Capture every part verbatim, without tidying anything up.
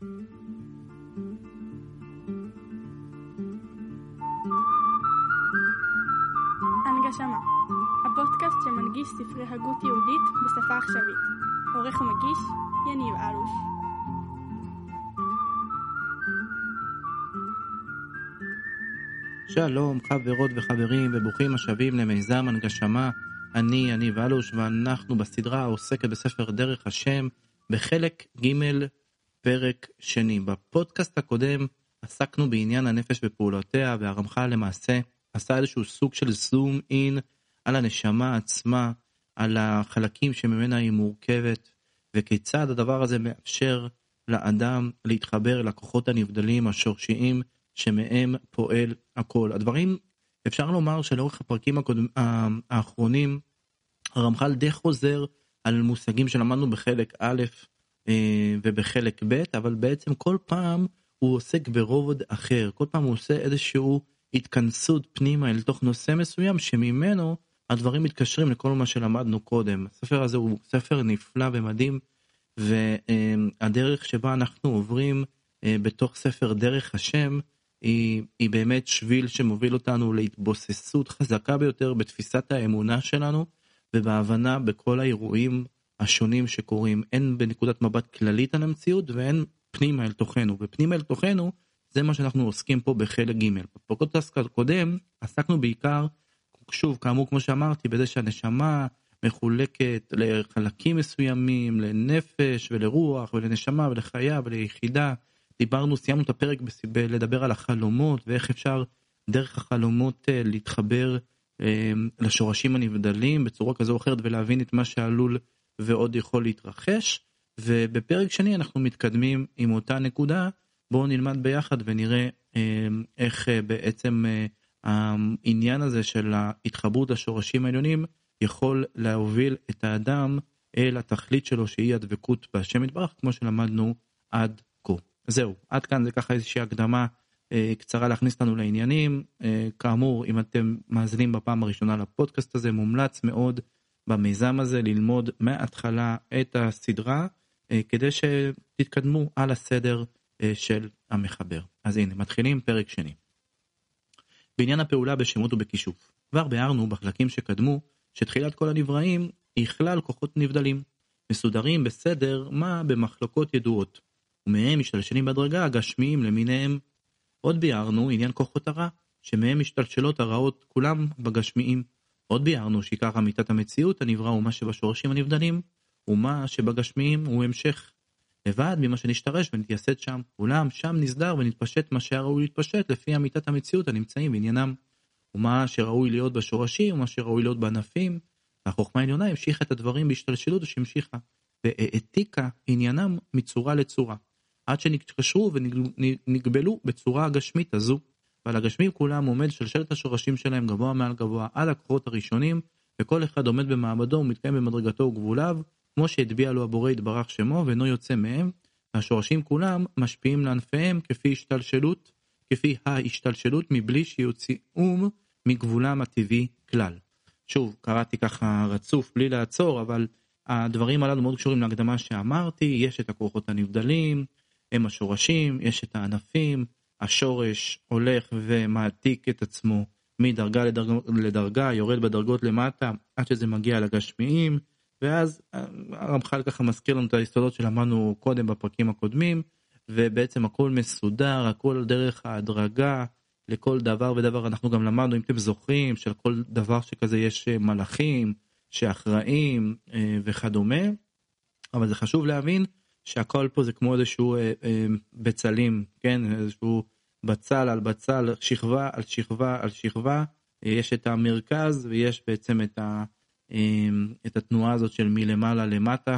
הנגשמה, הפודקאסט שמנגיש ספרי הגות יהודית בשפה עכשווית. עורך ומגיש, יניב אלוש. שלום חברות וחברים וברוכים השבים למיזם הנגשמה. אני יניב אלוש ואנחנו בסדרה העוסקת בספר דרך השם בחלק ג' פרק שני. בפודקאסט הקודם עסקנו בעניין הנפש ופעולותיה, והרמח"ל למעשה עשה איזשהו סוג של זום אין על הנשמה עצמה, על החלקים שממנה היא מורכבת, וכיצד הדבר הזה מאפשר לאדם להתחבר לכוחות הנבדלים השורשיים שמהם פועל הכל. הדברים, אפשר לומר שלאורך הפרקים הקודם, האחרונים, הרמח"ל די חוזר על מושגים שלמדנו בחלק א' ובחלק ב', אבל בעצם כל פעם הוא עוסק ברובד אחר, כל פעם הוא עושה איזשהו התכנסות פנימה אל תוך נושא מסוים, שממנו הדברים מתקשרים לכל מה שלמדנו קודם. הספר הזה הוא ספר נפלא ומדהים, והדרך שבה אנחנו עוברים בתוך ספר דרך השם, היא, היא באמת שביל שמוביל אותנו להתבוססות חזקה ביותר בתפיסת האמונה שלנו, ובהבנה בכל האירועים השונים שקורים, הן בנקודת מבט כללית על המציאות, והן פנימה אל תוכנו. ופנימה אל תוכנו, זה מה שאנחנו עוסקים פה בחלק ג'. בפודקאסט הקודם עסקנו בעיקר, שוב, כאמור כמו שאמרתי, בזה שהנשמה מחולקת לחלקים מסוימים, לנפש ולרוח ולנשמה ולחיה וליחידה. דיברנו, סיימנו את הפרק לדבר על החלומות, ואיך אפשר דרך החלומות להתחבר לשורשים הנבדלים בצורה כזו או אחרת, ולהבין את מה שעלול ועוד יכול להתרחש. ובפרק שני אנחנו מתקדמים עם אותה נקודה. בואו נלמד ביחד ונראה איך בעצם העניין הזה של ההתחברות לשורשים העליונים יכול להוביל את האדם אל התכלית שלו, שהיא הדבקות בהשם יתברך, כמו שלמדנו עד כה. זהו, עד כאן זה ככה איזושהי הקדמה קצרה להכניס לנו לעניינים. כאמור, אם אתם מאזינים בפעם הראשונה לפודקאסט הזה, מומלץ מאוד במיזם הזה ללמוד מההתחלה את הסדרה, כדי שתתקדמו על הסדר של המחבר. אז הנה, מתחילים פרק שני. בעניין הפעולה בשמות ובכישוף. כבר ביארנו בחלקים שקדמו, שתחילת כל הנבראים היא כלל כוחות נבדלים, מסודרים בסדר מה במחלוקות ידועות, ומהם משתלשלים בדרגה הגשמיים למיניהם. עוד ביארנו עניין כוחות הרע, שמהם משתלשלות הרעות כולם בגשמיים. עוד ביארנו שעיקר אמיתת המציאות הנברא הוא מה שבשורשים הנבדלים, ומה שבגשמיים הוא המשך לבד ממה שנשתרש ונתייסד שם. אולם שם נסדר ונתפשט מה שהראוי להתפשט לפי אמיתת המציאות הנמצאים בעניינם, ומה שראוי להיות בשורשים ומה שראוי להיות בענפים. והחוכמה העליונה המשיכה את הדברים בהשתלשלות שהמשיכה, והעתיקה עניינם מצורה לצורה, עד שנתקשרו ונגבלו בצורה הגשמית הזו. ועל הגשמים כולם עומד שלשלת השורשים שלהם גבוה מעל גבוה על הכוחות הראשונים, וכל אחד עומד במעמדו ומתקיים במדרגתו וגבוליו, כמו שהטביע לו הבורא יתברך שמו, ואינו יוצא מהם. והשורשים כולם משפיעים לענפיהם כפי השתלשלות, כפי ההשתלשלות, מבלי שיוציאום מגבולם הטבעי כלל. שוב, קראתי ככה רצוף בלי לעצור, אבל הדברים הללו מאוד קשורים להקדמה שאמרתי. יש את הכוחות הנבדלים, הם השורשים, יש את הענפים, השורש הולך ומעתיק את עצמו מדרגה לדרגה, לדרגה, יורד בדרגות למטה, עד שזה מגיע לגשמיים, ואז הרמח"ל ככה מזכיר לנו את היסודות שלמדנו קודם בפרקים הקודמים, ובעצם הכל מסודר, הכל דרך ההדרגה, לכל דבר ודבר. אנחנו גם למדנו, אם אתם זוכרים, של כל דבר שכזה יש מלאכים, שאחראים וכדומה, אבל זה חשוב להבין שהכל פה זה כמו איזשהו בצלים, כן? איזשהו בצל על בצל, שכבה על שכבה על שכבה, יש את המרכז ויש בעצם את ה... את התנועה הזאת של מלמעלה למטה,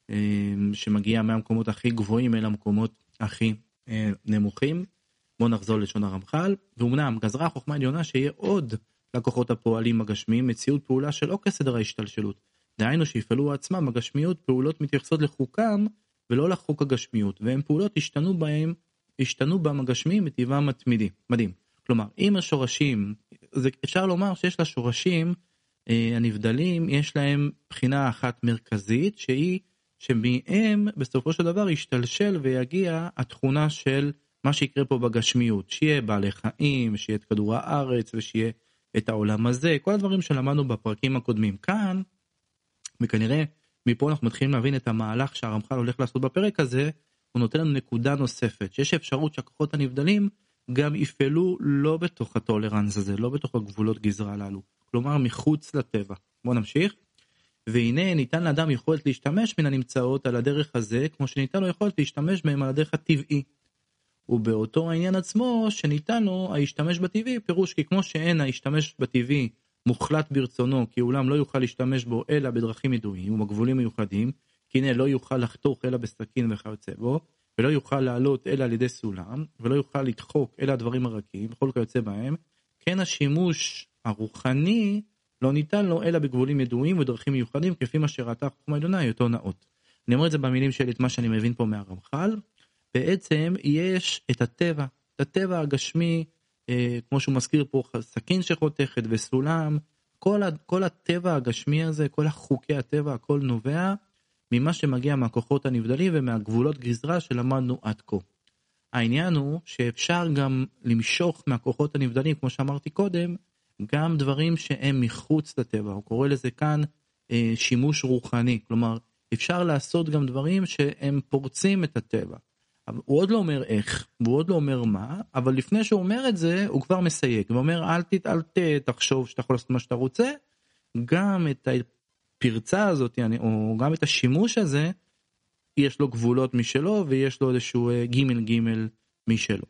שמגיעה מהמקומות הכי גבוהים אל המקומות הכי נמוכים. בואו נחזור לשון הרמח"ל. ואומנם גזרה החוכמה העליונה שיהיה עוד לקוחות הפועלים הגשמיים מציאות פעולה שלא כסדר ההשתלשלות, דהיינו שיפעלו עצמם הגשמיות פעולות מתייחסות לחוקם ולא לחוק הגשמיות, והם פעולות השתנו בהם, השתנו בהם הגשמיים מטבעם התמידי. מדהים. כלומר, אם השורשים, זה אפשר לומר שיש לשורשים הנבדלים, יש להם בחינה אחת מרכזית, שהיא שמהם בסופו של דבר ישתלשל ויגיע התכונה של מה שיקרה פה בגשמיות, שיהיה בעלי חיים, שיהיה את כדור הארץ ושיהיה את העולם הזה, כל הדברים שלמדנו בפרקים הקודמים. כאן, וכנראה מפה אנחנו מתחילים להבין את המהלך שהרמח"ל הולך לעשות בפרק הזה, הוא נותן לנו נקודה נוספת, שיש אפשרות שהכוחות הנבדלים גם יפעלו לא בתוך הטולרנס הזה, לא בתוך הגבולות גזרה הללו, כלומר מחוץ לטבע. בואו נמשיך. והנה ניתן לאדם יכולת להשתמש מן הנמצאות על הדרך הזה, כמו שניתן לו יכולת להשתמש בהם על הדרך הטבעי. ובאותו העניין עצמו שניתן לו ההשתמש בטבעי, פירוש כי כמו שאין ההשתמש בטבעי מוחלט ברצונו, כי אולם לא יוכל להשתמש בו אלא בדרכים ידועים ובגבולים מיוחדים, כי הנה לא יוכל לחתוך אלא בסכין וכיוצא בו, ולא יוכל לעלות אלא על ידי סולם, ולא יוכל לדחוק אלא הדברים הרכים, וכל כיוצא בהם, כן השימוש הרוחני לא ניתן לו אלא בגבולים ידועים ודרכים מיוחדים, כפי מה שראתה החוכמה העליונה היותו נאות. אני אומר את זה במילים שלי, את מה שאני מבין פה מהרמח"ל. בעצם יש את הטבע, את הטבע הגשמי, אה, כמו שהוא מזכיר פה, סכין שחותכת וסולם, כל, כל הטבע הגשמי הזה, כל החוקי הטבע, הכל נובע ממה שמגיע מהכוחות הנבדלים ומהגבולות גזרה שלמדנו עד כה. העניין הוא שאפשר גם למשוך מהכוחות הנבדלים, כמו שאמרתי קודם, גם דברים שהם מחוץ לטבע, הוא קורא לזה כאן אה, שימוש רוחני, כלומר אפשר לעשות גם דברים שהם פורצים את הטבע. הוא עוד לא אומר איך, הוא עוד לא אומר מה, אבל לפני שהוא אומר את זה, הוא כבר מסייג, הוא אומר אל תתעלת, תחשוב שאתה יכול לעשות מה שאתה רוצה, גם את הפרצה הזאת, או גם את השימוש הזה, יש לו גבולות משלו, ויש לו איזשהו גימל גימל משלו.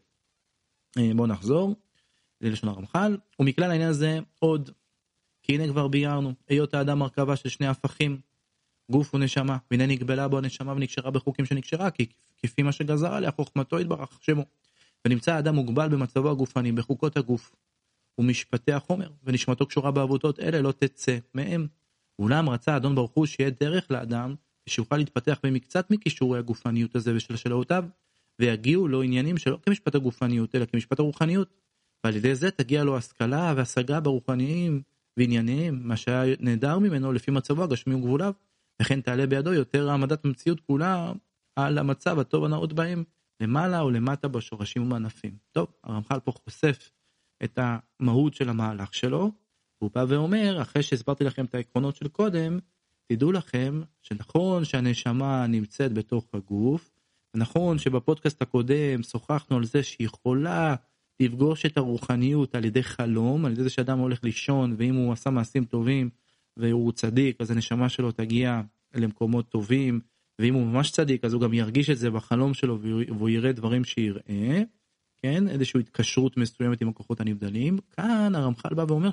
בואו נחזור, ללשון הרמח"ל, ומכלל העניין הזה עוד, כי הנה כבר ביארנו, היות האדם הרכבה של שני הפכים, גוף ונשמה, והנה נגבלה בו הנשמה ונקשרה בחוקים שנקשרה, כי כפי מה שגזר עליה, חוכמתו יתברך שמו. ונמצא האדם מוגבל במצבו הגופני, בחוקות הגוף, ומשפטי החומר, ונשמתו קשורה בעבותות אלה לא תצא מהם. אולם רצה אדון ברוך הוא שיהיה דרך לאדם, ושיוכל להתפתח במקצת מקישורי הגופניות הזה ושל שלאותיו, ויגיעו לו עניינים שלא כמשפט הגופניות, אלא כמשפט הרוחניות. ועל ידי זה תגיע לו השכלה והשגה ברוחניים ועניינים, מה שהיה נהדר ממנו לפי מצבו הגשמי וגבוליו. וכן תעלה בידו יותר העמדת המציאות כולה על המצב הטוב הנאות בהם, למעלה או למטה בשורשים ובענפים. טוב, הרמח"ל פה חושף את המהות של המהלך שלו, והוא בא ואומר, אחרי שהסברתי לכם את העקרונות של קודם, תדעו לכם שנכון שהנשמה נמצאת בתוך הגוף, ונכון שבפודקאסט הקודם שוחחנו על זה שהיא יכולה לפגוש את הרוחניות על ידי חלום, על ידי זה שאדם הולך לישון, ואם הוא עשה מעשים טובים, והוא צדיק, אז הנשמה שלו תגיע למקומות טובים, ואם הוא ממש צדיק, אז הוא גם ירגיש את זה בחלום שלו, והוא יראה דברים שיראה, כן, איזושהי התקשרות מסוימת עם הכוחות הנבדלים. כאן הרמח"ל בא ואומר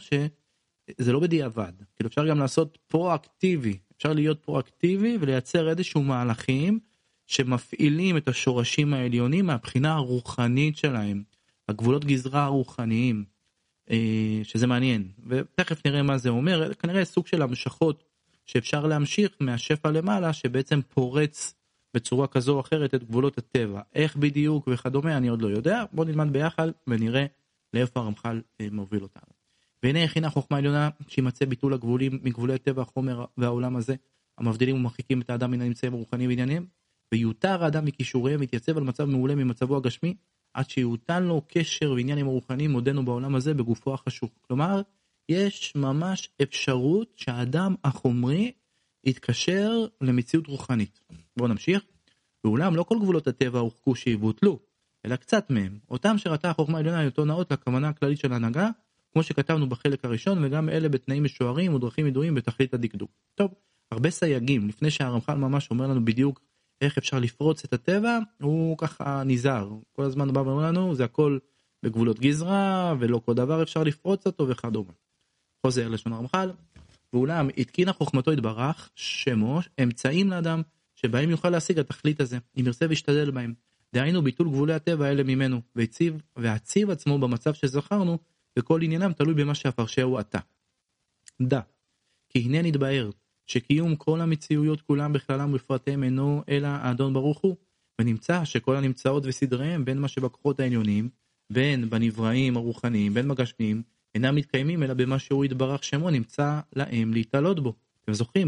שזה לא בדיעבד, כאילו אפשר גם לעשות פרואקטיבי, אפשר להיות פרואקטיבי ולייצר איזשהו מהלכים, שמפעילים את השורשים העליונים מהבחינה הרוחנית שלהם, הגבולות גזרה הרוחניים, שזה מעניין, ותכף נראה מה זה אומר, כנראה סוג של המשכות שאפשר להמשיך מהשפע למעלה, שבעצם פורץ בצורה כזו או אחרת את גבולות הטבע. איך בדיוק וכדומה, אני עוד לא יודע, בואו נלמד ביחד ונראה לאיפה הרמח"ל מוביל אותנו. והנה הכינה חוכמה עליונה שימצא ביטול הגבולים מגבולי הטבע, החומר והעולם הזה, המבדילים ומרחיקים את האדם מן הנמצאים הרוחניים ועניינים, ויותר האדם מכישוריהם מתייצב על מצב מעולה ממצבו הגשמי, עד שיותן לו קשר ועניין עם הרוחניים מודנו בעולם הזה בגופו החשוך. כלומר, יש ממש אפשרות שהאדם החומרי יתקשר למציאות רוחנית. בואו נמשיך. ואולם לא כל גבולות הטבע הוחקו שיבוטלו, אלא קצת מהם. אותם שראתה החוכמה העליונה היותו נאות לכוונה הכללית של ההנהגה, כמו שכתבנו בחלק הראשון, וגם אלה בתנאים משוערים ודרכים ידועים בתכלית הדקדוק. טוב, הרבה סייגים, לפני שהרמח"ל ממש אומר לנו בדיוק איך אפשר לפרוץ את הטבע, הוא ככה נזהר. כל הזמן בא ואומר לנו, זה הכל בגבולות גזרה, ולא כל דבר אפשר לפרוץ אותו וכדומה. חוזר לשון הרמח"ל, ואולם התקינה חוכמתו יתברך, שמו, אמצעים לאדם, שבהם יוכל להשיג התכלית הזה, אם ירצה וישתדל בהם. דהיינו ביטול גבולי הטבע האלה ממנו, והציב, והציב עצמו במצב שזכרנו, וכל עניינם תלוי במה שהפרשהו עתה. דע, כי הנה נתבהר, שקיום כל המציאויות כולם בכללם ובפרטיהם אינו אלא האדון ברוך הוא, ונמצא שכל הנמצאות וסדריהם בין מה שבכוחות העליונים, בין בנבראים הרוחניים, בין בגשמיים, אינם מתקיימים אלא במה שהוא יתברך שמו נמצא להם להתעלות בו. אתם זוכרים?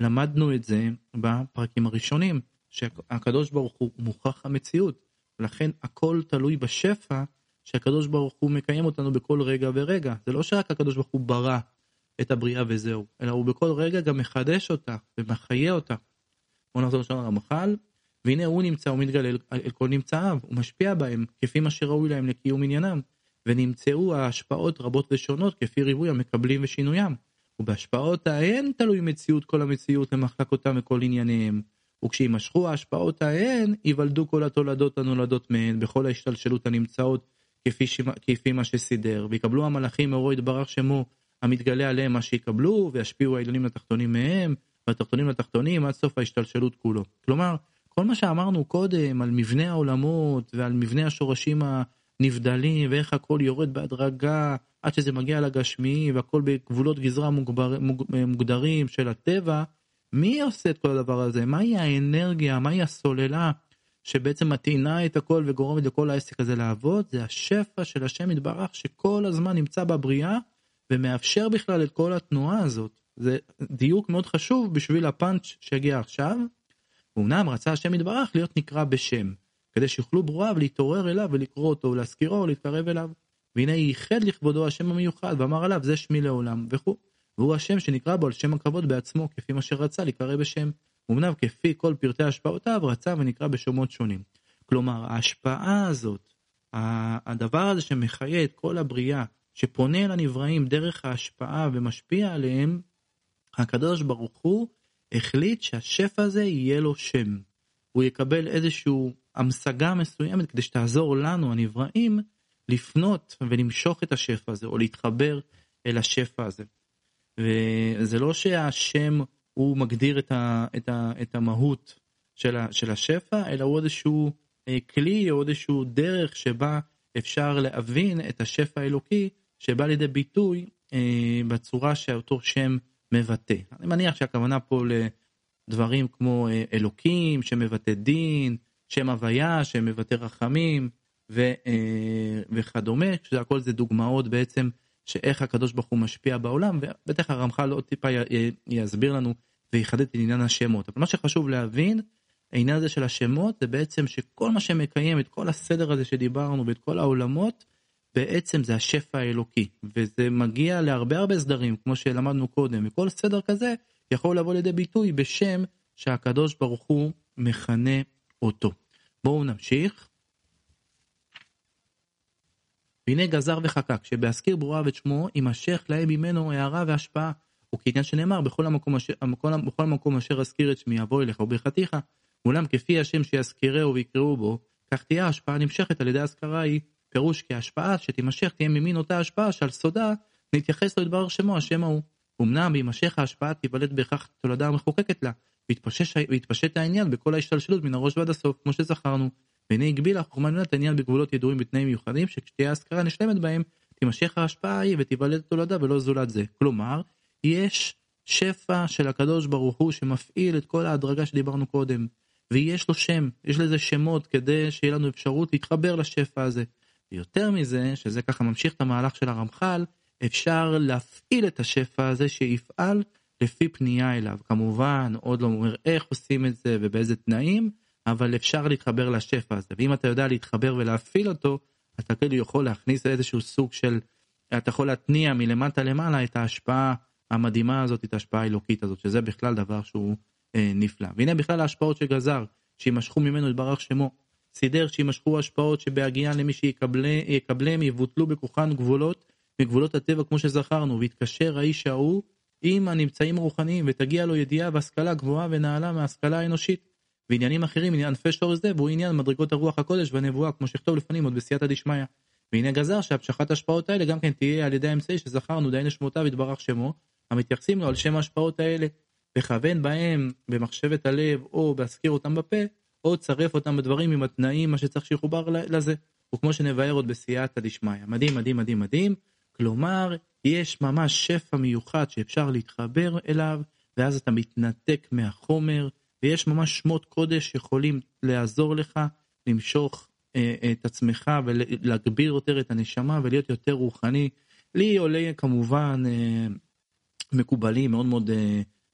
למדנו את זה בפרקים הראשונים, שהקדוש ברוך הוא מוכח המציאות, ולכן הכל תלוי בשפע שהקדוש ברוך הוא מקיים אותנו בכל רגע ורגע. זה לא שרק הקדוש ברוך הוא ברא את הבריאה וזהו, אלא הוא בכל רגע גם מחדש אותה ומחיה אותה. בואו נחזור לשם הרמח"ל, והנה הוא נמצא, הוא מתגלה אל, אל כל נמצאיו, הוא משפיע בהם כפי מה שראוי להם לקיום עניינם, ונמצאו ההשפעות רבות ושונות כפי ריבוי המקבלים ושינוים, ובהשפעות ההן תלוי מציאות כל המציאות למחק אותם וכל ענייניהם, וכשימשכו ההשפעות ההן יוולדו כל התולדות הנולדות מהן בכל ההשתלשלות הנמצאות כפי, ש... כפי מה שסידר, ויקבלו המלאכים מאורו יתברך שמו המתגלה עליהם מה שיקבלו, וישפיעו העליונים לתחתונים מהם, והתחתונים לתחתונים עד סוף ההשתלשלות כולו. כלומר, כל מה שאמרנו קודם על מבנה העולמות ועל מבנה השורשים הנבדלים ואיך הכל יורד בהדרגה עד שזה מגיע לגשמי והכל בגבולות גזרה מוגבר, מוגדרים של הטבע, מי עושה את כל הדבר הזה? מהי האנרגיה, מהי הסוללה שבעצם מטעינה את הכל וגורמת לכל העסק הזה לעבוד? זה השפע של השם יתברך שכל הזמן נמצא בבריאה ומאפשר בכלל את כל התנועה הזאת. זה דיוק מאוד חשוב בשביל הפאנץ' שהגיע עכשיו. ואומנם רצה השם יתברך להיות נקרא בשם, כדי שיוכלו ברואיו להתעורר אליו ולקרוא אותו ולהזכירו ולהתקרב אליו. והנה ייחד לכבודו השם המיוחד ואמר עליו זה שמי לעולם וכו'. והוא השם שנקרא בו על שם הכבוד בעצמו כפי מה שרצה להיקרא בשם. אומנם כפי כל פרטי השפעותיו רצה ונקרא בשמות שונים. כלומר ההשפעה הזאת, הדבר הזה שמחיה את כל הבריאה, שפונה אל הנבראים דרך ההשפעה ומשפיע עליהם, הקדוש ברוך הוא החליט שהשפע הזה יהיה לו שם. הוא יקבל איזשהו המשגה מסוימת כדי שתעזור לנו הנבראים לפנות ולמשוך את השפע הזה או להתחבר אל השפע הזה. וזה לא שהשם הוא מגדיר את, ה, את, ה, את המהות של, ה, של השפע, אלא הוא איזשהו כלי או איזשהו דרך שבה אפשר להבין את השפע האלוקי שבא לידי ביטוי אה, בצורה שאותו שם מבטא. אני מניח שהכוונה פה לדברים כמו אה, אלוקים שמבטא דין, שם הוויה שמבטא רחמים ו, אה, וכדומה, שזה הכל זה דוגמאות בעצם שאיך הקדוש ברוך הוא משפיע בעולם, ובטח הרמח"ל עוד טיפה י, י, יסביר לנו ויחדד את עניין השמות. אבל מה שחשוב להבין, העניין הזה של השמות זה בעצם שכל מה שמקיים את כל הסדר הזה שדיברנו ואת כל העולמות, בעצם זה השפע האלוקי, וזה מגיע להרבה הרבה סדרים, כמו שלמדנו קודם, וכל סדר כזה יכול לבוא לידי ביטוי בשם שהקדוש ברוך הוא מכנה אותו. בואו נמשיך. והנה גזר וחקק, שבהזכיר ברואיו את שמו, יימשך להם ממנו הערה והשפעה, וכעניין שנאמר, בכל המקום אשר, בכל המקום אשר אזכיר את שמי, אבוא אליך וברכתיך, אולם כפי השם שיזכירהו ויקראו בו, כך תהיה ההשפעה נמשכת על ידי הזכרה היא, פירוש כי ההשפעה שתימשך תהיה ממין אותה השפעה שעל סודה נתייחס לו יתברר שמו השם ההוא. אמנם בהימשך ההשפעה תיוולד בהכרח תולדה המחוקקת לה, והתפשט העניין בכל ההשתלשלות מן הראש ועד הסוף, כמו שזכרנו. והנה הגבילה חוכמה נולדת העניין בגבולות ידועים בתנאים מיוחדים, שכשתהיה ההזכרה נשלמת בהם, תימשך ההשפעה היא ותיוולד תולדה ולא זולת זה. כלומר, יש שפע של הקדוש ברוך הוא שמפעיל את כל ההדרגה שדיברנו קודם, ויש לו שם, יש לזה שמות כדי שיהיה לנו אפשרות להתחבר לשפע הזה. ויותר מזה, שזה ככה ממשיך את המהלך של הרמח"ל, אפשר להפעיל את השפע הזה שיפעל לפי פנייה אליו. כמובן, עוד לא אומר איך עושים את זה ובאיזה תנאים, אבל אפשר להתחבר לשפע הזה. ואם אתה יודע להתחבר ולהפעיל אותו, אתה כאילו יכול להכניס איזשהו סוג של, אתה יכול להתניע מלמטה למעלה את ההשפעה המדהימה הזאת, את ההשפעה האלוקית הזאת, שזה בכלל דבר שהוא אה, נפלא. והנה בכלל ההשפעות שגזר, שימשכו ממנו יתברך שמו, סידר שימשכו השפעות שבהגיעה למי שיקבלם יבוטלו בכוחן גבולות מגבולות הטבע כמו שזכרנו, והתקשר האיש ההוא עם הנמצאים הרוחניים ותגיע לו ידיעה והשכלה גבוהה ונעלה מההשכלה האנושית, ועניינים אחרים עניין ענפי שורש זה והוא עניין מדרגות הרוח הקודש והנבואה כמו שכתוב לפנים עוד בסייעתא דשמיא. והנה גזר שהמשכת ההשפעות האלה גם כן תהיה על ידי האמצעי שזכרנו דהיינו שמותיו יתברך שמו, המתייחסים לו על שם ההשפעות האלה, וכוון בהם במחשבת הלב או בהזכיר אותם בפה, או צרף אותם בדברים עם התנאים מה שצריך שיחובר לזה, וכמו שנבהר עוד בסייעתא דשמיא. מדהים מדהים מדהים מדהים. כלומר יש ממש שפע מיוחד שאפשר להתחבר אליו, ואז אתה מתנתק מהחומר, ויש ממש שמות קודש שיכולים לעזור לך למשוך אה, את עצמך ולהגביר יותר את הנשמה ולהיות יותר רוחני. לי עולה כמובן אה, מקובלים מאוד מאוד אה,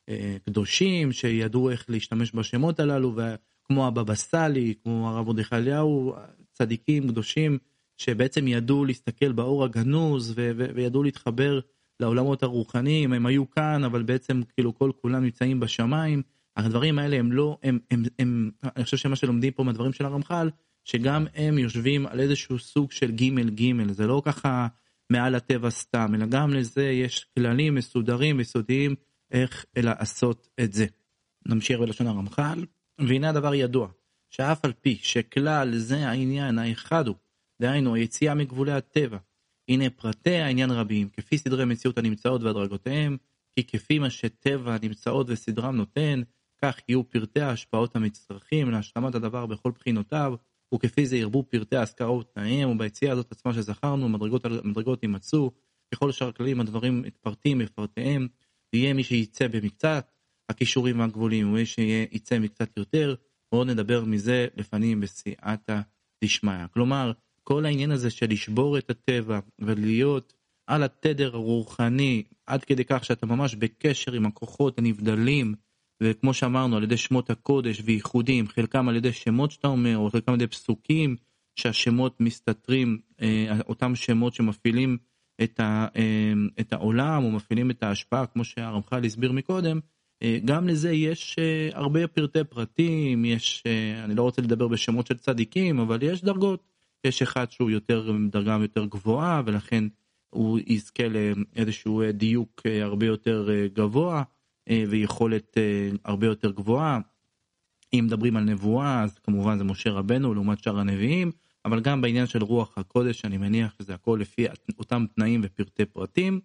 קדושים שידעו איך להשתמש בשמות הללו, כמו הבבא סאלי, כמו הרב מרדכי אליהו, צדיקים קדושים שבעצם ידעו להסתכל באור הגנוז ו- ו- וידעו להתחבר לעולמות הרוחניים. הם היו כאן אבל בעצם כאילו כל כולם נמצאים בשמיים. הדברים האלה הם לא, הם, הם, הם, אני חושב שמה שלומדים פה מהדברים של הרמח"ל, שגם הם יושבים על איזשהו סוג של גימל גימל, זה לא ככה מעל הטבע סתם, אלא גם לזה יש כללים מסודרים ויסודיים איך לעשות את זה. נמשיך בלשון הרמח"ל, והנה הדבר ידוע, שאף על פי שכלל זה העניין האחד הוא, דהיינו היציאה מגבולי הטבע, הנה פרטי העניין רבים, כפי סדרי מציאות הנמצאות והדרגותיהם, כי כפי מה שטבע הנמצאות וסדרם נותן, כך יהיו פרטי ההשפעות המצטרכים להשלמת הדבר בכל בחינותיו, וכפי זה ירבו פרטי ההשכרה ותנאים, וביציאה הזאת עצמה שזכרנו, מדרגות, מדרגות יימצאו, ככל שאר כללים הדברים מתפרטים בפרטיהם, יהיה מי שיצא במקצת, הכישורים והגבולים, ומי שיצא מקצת יותר, ועוד נדבר מזה לפנים בסייעתא דשמיא. כלומר, כל העניין הזה של לשבור את הטבע, ולהיות על התדר הרוחני, עד כדי כך שאתה ממש בקשר עם הכוחות הנבדלים, וכמו שאמרנו, על ידי שמות הקודש וייחודים, חלקם על ידי שמות שאתה אומר, או חלקם על ידי פסוקים, שהשמות מסתתרים, אותם שמות שמפעילים את, ה, את העולם, או מפעילים את ההשפעה, כמו שהרמח"ל הסביר מקודם, גם לזה יש הרבה פרטי פרטים, יש, אני לא רוצה לדבר בשמות של צדיקים, אבל יש דרגות, יש אחד שהוא יותר, דרגה יותר גבוהה, ולכן הוא יזכה לאיזשהו דיוק הרבה יותר גבוה, ויכולת הרבה יותר גבוהה. אם מדברים על נבואה, אז כמובן זה משה רבנו לעומת שאר הנביאים, אבל גם בעניין של רוח הקודש, אני מניח שזה הכל לפי אותם תנאים ופרטי פרטים.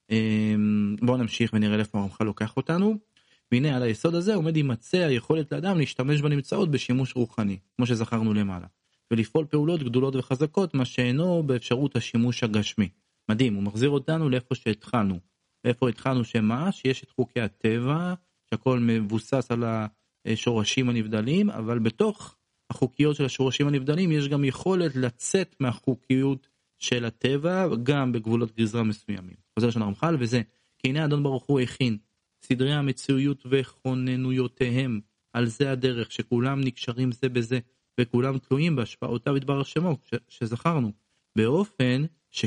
בואו נמשיך ונראה איפה הרמח"ל לוקח אותנו. והנה על היסוד הזה עומד יימצא היכולת לאדם להשתמש בנמצאות בשימוש רוחני, כמו שזכרנו למעלה, ולפעול פעולות גדולות וחזקות, מה שאינו באפשרות השימוש הגשמי. מדהים, הוא מחזיר אותנו לאיפה שהתחלנו. לאיפה התחלנו שמה? שיש את חוקי הטבע, שהכל מבוסס על השורשים הנבדלים, אבל בתוך החוקיות של השורשים הנבדלים יש גם יכולת לצאת מהחוקיות של הטבע, גם בגבולות גזרה מסוימים. חוזר של הרמח"ל, וזה, כי הנה אדון ברוך הוא הכין סדרי המציאויות וכוננויותיהם, על זה הדרך, שכולם נקשרים זה בזה, וכולם תלויים בהשפעותיו יתברך שמו, שזכרנו, באופן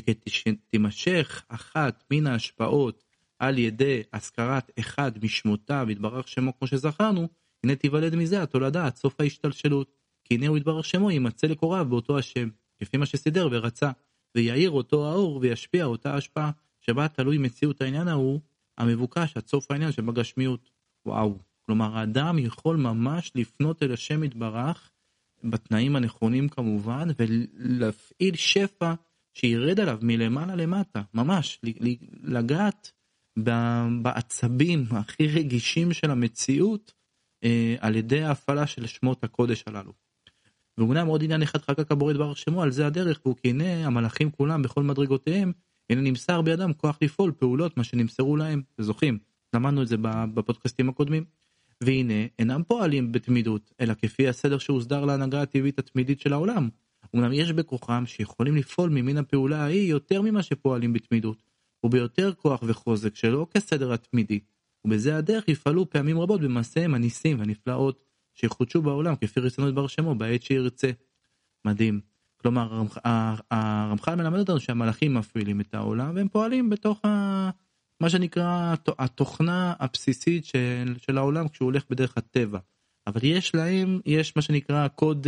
שכתימשך אחת מן ההשפעות על ידי הזכרת אחד משמותיו יתברך שמו כמו שזכרנו, הנה תיוולד מזה התולדה עד סוף ההשתלשלות, כי הנה הוא יתברך שמו יימצא לקוריו באותו השם, לפי מה שסידר ורצה, ויעיר אותו האור וישפיע אותה השפעה, שבה תלוי מציאות העניין ההוא, המבוקש עד סוף העניין שבגשמיות. וואו, כלומר האדם יכול ממש לפנות אל השם יתברך, בתנאים הנכונים כמובן, ולהפעיל שפע שירד עליו מלמעלה למטה, ממש, לגעת בעצבים הכי רגישים של המציאות, אה, על ידי ההפעלה של שמות הקודש הללו. ואומנם עוד עניין אחד חקק הבורא יתברך שמו, על זה הדרך, והוא כי הנה המלאכים כולם בכל מדרגותיהם, הנה נמסר בידם כוח לפעול פעולות, מה שנמסרו להם, וזוכים, למדנו את זה בפודקאסטים הקודמים. והנה, אינם פועלים בתמידות, אלא כפי הסדר שהוסדר להנהגה הטבעית התמידית של העולם. אומנם יש בכוחם שיכולים לפעול ממין הפעולה ההיא יותר ממה שפועלים בתמידות, וביותר כוח וחוזק שלו כסדר התמידי. ובזה הדרך יפעלו פעמים רבות במעשיהם הניסים והנפלאות שיחודשו בעולם כפי רצונו יתברך שמו בעת שירצה. מדהים. כלומר, הרמח"ל מלמד אותנו שהמלאכים מפעילים את העולם, והם פועלים בתוך ה... מה שנקרא התוכנה הבסיסית של, של העולם כשהוא הולך בדרך הטבע. אבל יש להם, יש מה שנקרא קוד,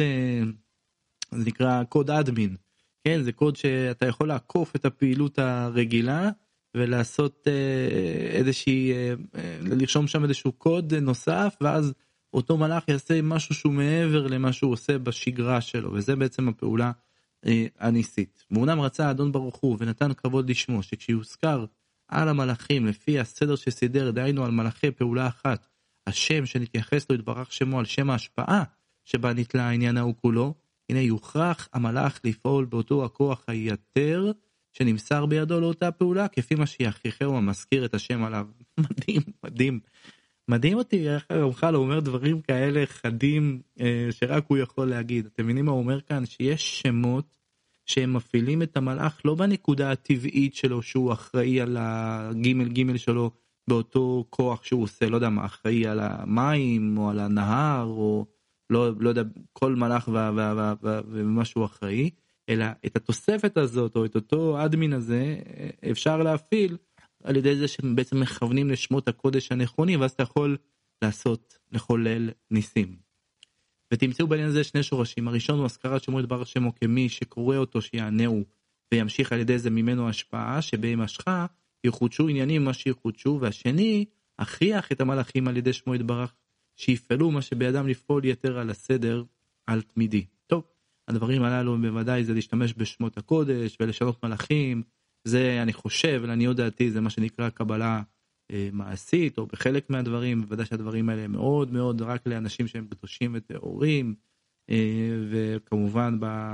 זה נקרא קוד אדמין. כן, זה קוד שאתה יכול לעקוף את הפעילות הרגילה, ולעשות איזושהי, לרשום שם איזשהו קוד נוסף, ואז אותו מלאך יעשה משהו שהוא מעבר למה שהוא עושה בשגרה שלו, וזה בעצם הפעולה הניסית. ואומנם רצה אדון ברוך הוא ונתן כבוד לשמו, שכשיוזכר על המלאכים לפי הסדר שסידר, דהיינו על מלאכי פעולה אחת, השם שנתייחס לו יתברך שמו על שם ההשפעה שבה נתלה העניין ההוא כולו, הנה יוכרח המלאך לפעול באותו הכוח היתר שנמסר בידו לאותה פעולה, כפי מה שיכריחהו המזכיר את השם עליו. מדהים, מדהים. מדהים אותי איך הרמח"ל אומר דברים כאלה חדים שרק הוא יכול להגיד. אתם מבינים מה הוא אומר כאן? שיש שמות שהם מפעילים את המלאך לא בנקודה הטבעית שלו שהוא אחראי על הגימל גימל שלו באותו כוח שהוא עושה, לא יודע מה, אחראי על המים או על הנהר או לא, לא יודע, כל מלאך ומה שהוא אחראי, אלא את התוספת הזאת או את אותו אדמין הזה אפשר להפעיל על ידי זה שבעצם מכוונים לשמות הקודש הנכונים, ואז אתה יכול לעשות, לחולל ניסים. ותמצאו בעניין הזה שני שורשים. הראשון הוא הזכרת שמו יתברך שמו כמי שקורא אותו שיענהו וימשיך על ידי זה ממנו השפעה, שבהמשכה יחודשו עניינים מה שיחודשו, והשני, הכריח את המלאכים על ידי שמו יתברך שיפעלו מה שבידם לפעול יתר על הסדר על תמידי. טוב, הדברים הללו בוודאי זה להשתמש בשמות הקודש ולשנות מלאכים, זה אני חושב, לעניות דעתי, זה מה שנקרא קבלה אה, מעשית, או בחלק מהדברים, בוודאי שהדברים האלה הם מאוד מאוד רק לאנשים שהם קדושים וטהורים, אה, וכמובן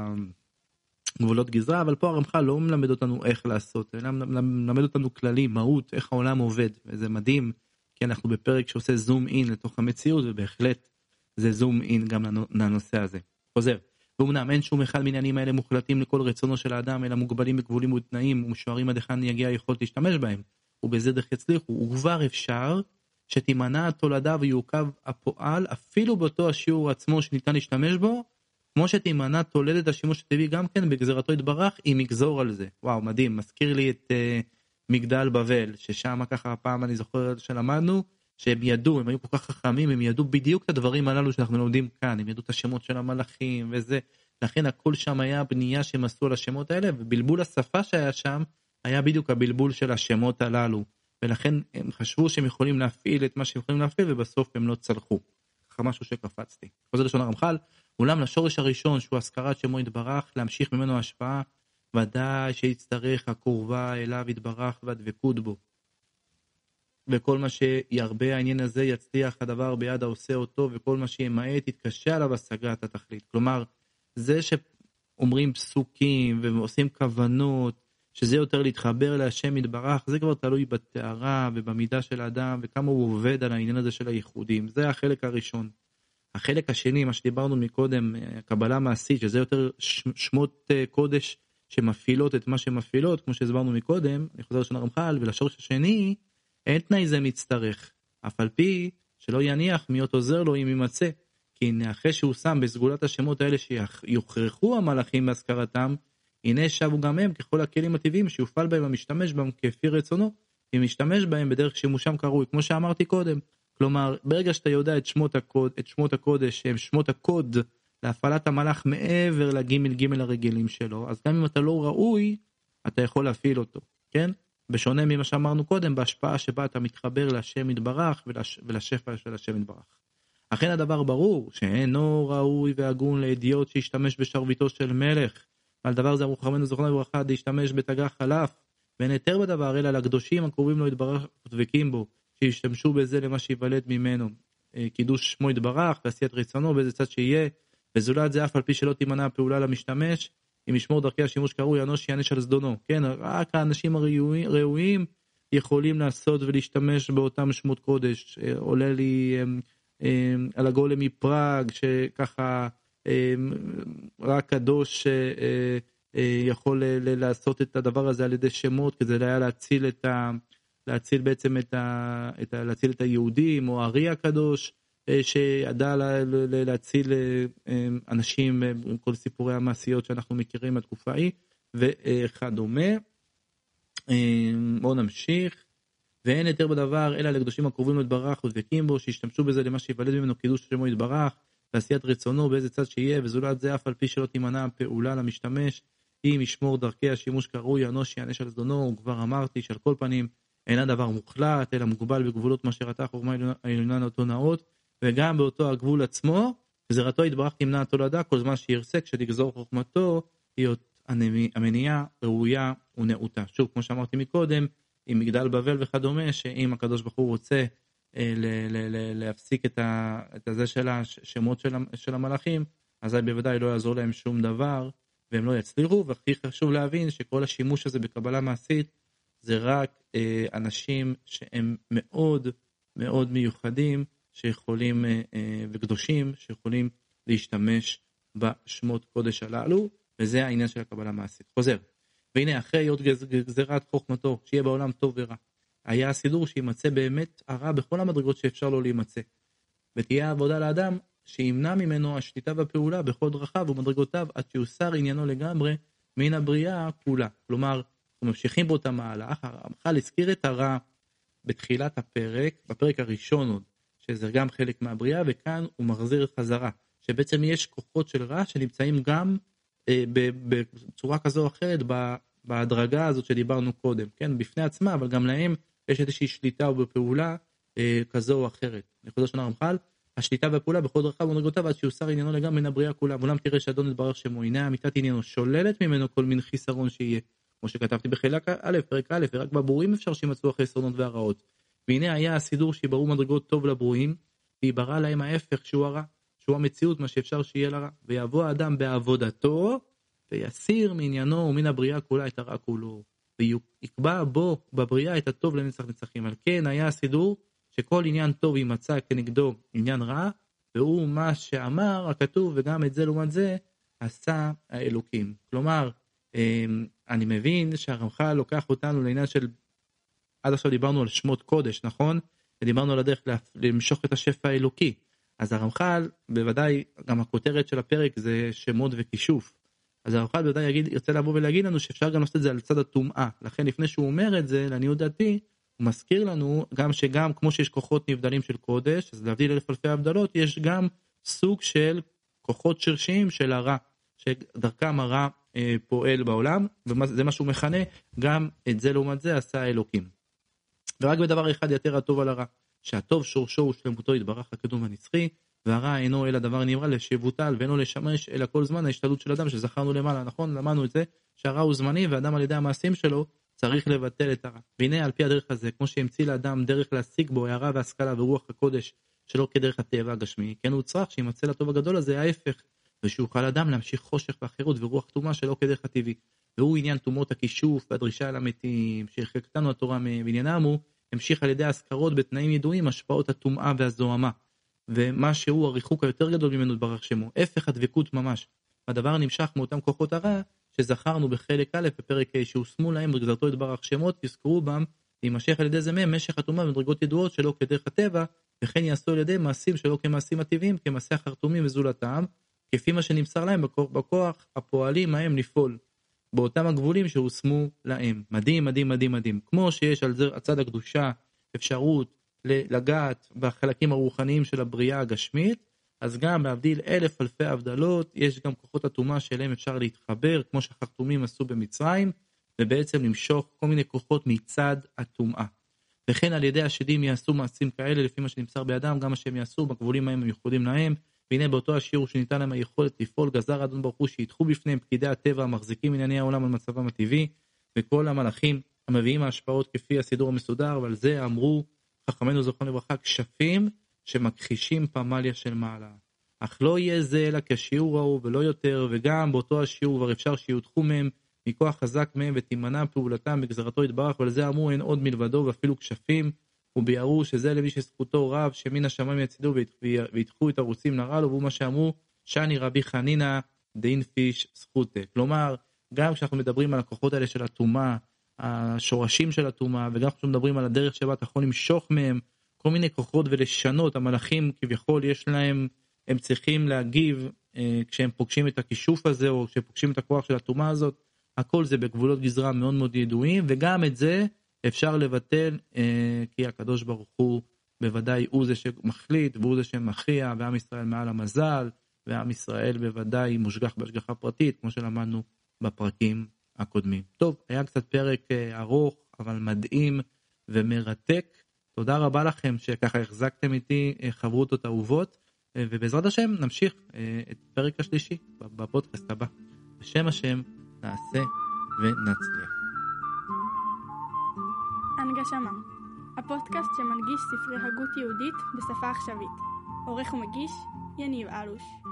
בגבולות גזרה, אבל פה הרמח"ל לא מלמד אותנו איך לעשות, אלא מלמד אותנו כללים, מהות, איך העולם עובד, וזה מדהים, כי אנחנו בפרק שעושה זום אין לתוך המציאות, ובהחלט זה זום אין גם לנושא הזה. חוזר. ואומנם אין שום אחד מעניינים האלה מוחלטים לכל רצונו של האדם, אלא מוגבלים בגבולים ותנאים, ומשוערים עד היכן יגיע יכולת להשתמש בהם, ובזה דרך יצליחו, וכבר אפשר שתימנע התולדה ויעוכב הפועל, אפילו באותו השיעור עצמו שניתן להשתמש בו, כמו שתימנע תולדת השימוש הטבעי גם כן בגזרתו יתברך, אם יגזור על זה. וואו, מדהים, מזכיר לי את uh, מגדל בבל, ששם ככה הפעם אני זוכר שלמדנו, שהם ידעו, הם היו כל כך חכמים, הם ידעו בדיוק את הדברים הללו שאנחנו לומדים כאן, הם ידעו את השמות של המלאכים וזה, לכן הכל שם היה בנייה שהם עשו על השמות האלה, ובלבול השפה שהיה שם, היה בדיוק הבלבול של השמות הללו, ולכן הם חשבו שהם יכולים להפעיל את מה שהם יכולים להפעיל, ובסוף הם לא צלחו. ככה משהו שקפצתי. חוזר לשון הרמח"ל, אולם לשורש הראשון, שהוא הזכרת שמו יתברך, להמשיך ממנו השפעה, ודאי שיצטרך הקורבה אליו יתברך והדבקות בו. וכל מה שירבה העניין הזה יצליח הדבר ביד העושה אותו, וכל מה שימעט יתקשה עליו השגת התכלית. כלומר, זה שאומרים פסוקים ועושים כוונות, שזה יותר להתחבר להשם יתברך, זה כבר תלוי בתארה ובמידה של האדם, וכמה הוא עובד על העניין הזה של הייחודים. זה החלק הראשון. החלק השני, מה שדיברנו מקודם, קבלה מעשית, שזה יותר שמות קודש שמפעילות את מה שמפעילות, כמו שהסברנו מקודם, אני חוזר לשון הרמח"ל, ולשורש השני, אין תנאי זה מצטרך, אף על פי שלא יניח מיות עוזר לו אם יימצא, כי הנה אחרי שהוא שם בסגולת השמות האלה שיוכרחו המלאכים בהזכרתם, הנה שבו גם הם ככל הכלים הטבעיים שיופעל בהם המשתמש בהם כפי רצונו, אם משתמש בהם בדרך שימושם קרוי, כמו שאמרתי קודם. כלומר, ברגע שאתה יודע את שמות הקוד, את שמות הקודש, שהם שמות הקוד להפעלת המלאך מעבר לגימל גימל הרגילים שלו, אז גם אם אתה לא ראוי, אתה יכול להפעיל אותו, כן? בשונה ממה שאמרנו קודם, בהשפעה שבה אתה מתחבר להשם יתברך ולש... ולשפע של השם יתברך. אכן הדבר ברור שאינו ראוי והגון לאדיוט שישתמש בשרביטו של מלך, על דבר זה אמרו חכמינו זכרונם לברכה להשתמש בתגח חלף, ואין היתר בדבר אלא לקדושים הקרובים לו יתברך ודבקים בו, שישתמשו בזה למה שיוולד ממנו, קידוש שמו יתברך ועשיית רצונו באיזה צד שיהיה, וזולת זה אף על פי שלא תימנע הפעולה למשתמש, אם ישמור דרכי השימוש קרוי אנוש יענש על זדונו. כן, רק האנשים הראויים יכולים לעשות ולהשתמש באותם שמות קודש. עולה לי על הגולם מפראג, שככה רק קדוש יכול לעשות את הדבר הזה על ידי שמות, כדי היה להציל את ה... להציל בעצם את ה... את ה... להציל את היהודים, או הארי הקדוש, שידע להציל אנשים עם כל סיפורי המעשיות שאנחנו מכירים מהתקופה ההיא, וכדומה. בואו נמשיך. ואין יותר בדבר, אלא לקדושים הקרובים לו יתברך ודבקים בו, שישתמשו בזה למה שיוולד ממנו קידוש שמו יתברך, ועשיית רצונו באיזה צד שיהיה, וזולת זה אף על פי שלא תימנע הפעולה למשתמש, אם ישמור דרכי השימוש קרוי, אנוש יענש על זדונו. וכבר אמרתי שעל כל פנים אינה דבר מוחלט, אלא מוגבל בגבולות מה שראתה חוכמה העליונה לאותו נאות, וגם באותו הגבול עצמו, גזירתו יתברך תמנע התולדה, כל זמן שירצה, כשתגזור חוכמתו, להיות המניעה ראויה ונאותה. שוב, כמו שאמרתי מקודם, עם מגדל בבל וכדומה, שאם הקדוש ברוך הוא רוצה ל- ל- ל- להפסיק את, ה- את הזה של השמות של, של המלאכים, אז בוודאי לא יעזור להם שום דבר, והם לא יצליחו. והכי חשוב להבין שכל השימוש הזה בקבלה מעשית, זה רק אה, אנשים שהם מאוד מאוד מיוחדים, שיכולים, אה, וקדושים, שיכולים להשתמש בשמות קודש הללו, וזה העניין של הקבלה מעשית. חוזר. והנה אחרי עוד גזירת חוכמתו, שיהיה בעולם טוב ורע. היה הסידור שימצא באמת הרע בכל המדרגות שאפשר לו להימצא. ותהיה עבודה לאדם שימנע ממנו השליטה והפעולה בכל דרכיו ומדרגותיו עד שיוסר עניינו לגמרי מן הבריאה כולה. כלומר, אנחנו ממשיכים באותה מהלך, הרמח"ל הזכיר את הרע בתחילת הפרק, בפרק הראשון עוד, שזה גם חלק מהבריאה, וכאן הוא מחזיר את חזרה, שבעצם יש כוחות של רע שנמצאים גם אה, בצורה כזו או אחרת בהדרגה הזאת שדיברנו קודם, כן, בפני עצמה, אבל גם להם יש איזושהי שליטה ובפעולה אה, כזו או אחרת. נקודה של הרמח"ל, השליטה והפעולה בכל דרכיו ומדרגותיו עד שיוסר עניינו לגמרי מן הבריאה כולה. ואולם תראה שאדון יתברך שמו, הנה אמיתת עניינו שוללת ממנו כל מין חיסרון שיהיה, כמו שכתבתי בחלק א', פרק א', ורק בברואים אפשר שימצאו החסרונות והרעות. והנה היה הסידור שיבראו מדרגות טוב לברואים, ויברא להם ההפך שהוא הרע, שהוא המציאות, מה שאפשר שיהיה לרע. ויבוא האדם בעבודתו, ויסיר מעניינו ומן הבריאה כולה את הרע כולו. ויקבע בו בבריאה את הטוב לנצח נצחים. על כן היה הסידור שכל עניין טוב יימצא כנגדו עניין רע, והוא מה שאמר הכתוב, וגם את זה לעומת זה עשה האלוקים. כלומר, אני מבין שהרמח"ל לוקח אותנו לעניין של, עד עכשיו דיברנו על שמות קודש, נכון? ודיברנו על הדרך למשוך את השפע האלוקי. אז הרמח"ל, בוודאי, גם הכותרת של הפרק זה שמות וכישוף. אז הרמח"ל בוודאי יגיד, ירצה לבוא ולהגיד לנו שאפשר גם לעשות את זה על צד הטומאה. לכן לפני שהוא אומר את זה, לעניות דעתי, הוא מזכיר לנו גם שגם כמו שיש כוחות נבדלים של קודש, אז להבדיל אלף אלפי הבדלות, יש גם סוג של כוחות שרשיים של הרע, שדרכם הרע אה, פועל בעולם, וזה מה שהוא מכנה, גם את זה לעומת זה עשה האלוקים. ורק בדבר אחד יתר הטוב על הרע, שהטוב שורשו ושלמותו יתברך הקדום הנצחי, והרע אינו אלא דבר נברא לשיבוטל, ואינו לשמש אלא כל זמן ההשתלות של אדם שזכרנו למעלה, נכון? למדנו את זה, שהרע הוא זמני, ואדם על ידי המעשים שלו צריך לבטל את הרע. והנה על פי הדרך הזה, כמו שהמציא לאדם דרך להשיג בו הערה והשכלה ורוח הקודש, שלא כדרך הטבע הגשמי, כן הוא צריך שימצא לטוב הגדול הזה ההפך, ושיוכל אדם להמשיך חושך ואחירות ורוח תומה שלא כדרך הטבעי. והוא עניין תומות הכישוף והדרישה על המתים, שהרחקתנו התורה בעניינם הוא, המשיך על ידי ההזכרות בתנאים ידועים, השפעות התומאה והזוהמה. ומה שהוא הריחוק היותר גדול ממנו יתברך שמו, הפך הדבקות ממש. הדבר נמשך מאותם כוחות הרע, שזכרנו בחלק א' בפרק ה' שהושמו להם בגזרתו יתברך שמות, יזכרו בם, להימשך על ידי זה מהם משך התומה במדרגות ידועות שלא כדרך הטבע, וכן יעשו על ידי מעשים שלא כמעשים הטבעיים, כמעשי החרטומים וזולתם, כפי מה שנמסר להם בכוח, בכוח הפועלים מהם לפעול, באותם הגבולים שהושמו להם. מדהים, מדהים, מדהים, מדהים. כמו שיש על הצד הקדושה אפשרות לגעת בחלקים הרוחניים של הבריאה הגשמית, אז גם להבדיל אלף אלפי הבדלות, יש גם כוחות התומה שאליהם אפשר להתחבר, כמו שהחרטומים עשו במצרים, ובעצם למשוך כל מיני כוחות מצד התומאה. וכן על ידי השדים יעשו מעשים כאלה, לפי מה שנמסר בידם, גם מה שהם יעשו, בגבולים ההם הם ייחודים להם, והנה באותו השיעור שניתן להם היכולת לפעול, גזר אדון ברוך הוא שידחו בפניהם פקידי הטבע, המחזיקים ענייני העולם על מצבם הטבעי, וכל המלאכים המביאים ההשפעות כפי הסידור המסודר, ועל זה אמרו חכמינו זכרם לברכה, כשפים שמכחישים פמליה של מעלה. אך לא יהיה זה אלא כשיעור ההוא ולא יותר, וגם באותו השיעור כבר אפשר שיודחו מהם מכוח חזק מהם ותימנע פעולתם בגזרתו יתברך, ועל זה אמרו אין עוד מלבדו ואפילו כשפים, וביארו שזה למי שזכותו רב שמן השמיים יצידו וידחו את הרוצים לרע לו, והוא מה שאמרו שני רבי חנינא דאין פיש זכותה. כלומר, גם כשאנחנו מדברים על הכוחות האלה של התומה, השורשים של התומה, וגם כשאנחנו מדברים על הדרך שבה אתה יכול למשוך מהם כל מיני כוחות ולשנות, המלאכים כביכול יש להם, הם צריכים להגיב אה, כשהם פוגשים את הכישוף הזה, או כשהם פוגשים את הכוח של התומה הזאת, הכל זה בגבולות גזרה מאוד מאוד ידועים, וגם את זה אפשר לבטל, אה, כי הקדוש ברוך הוא בוודאי הוא זה שמחליט, והוא זה שמכריע, ועם ישראל מעל המזל, ועם ישראל בוודאי מושגח בהשגחה פרטית, כמו שלמדנו בפרקים הקודמים. טוב, היה קצת פרק אה, ארוך, אבל מדהים ומרתק. תודה רבה לכם שככה החזקתם איתי חברותות אהובות, ובעזרת השם נמשיך את הפרק השלישי בפודקאסט הבא. בשם השם נעשה ונצליח. הנגשמה, הפודקאסט שמנגיש ספרי הגות יהודית בשפה עכשווית. עורך ומגיש יניב אלוש.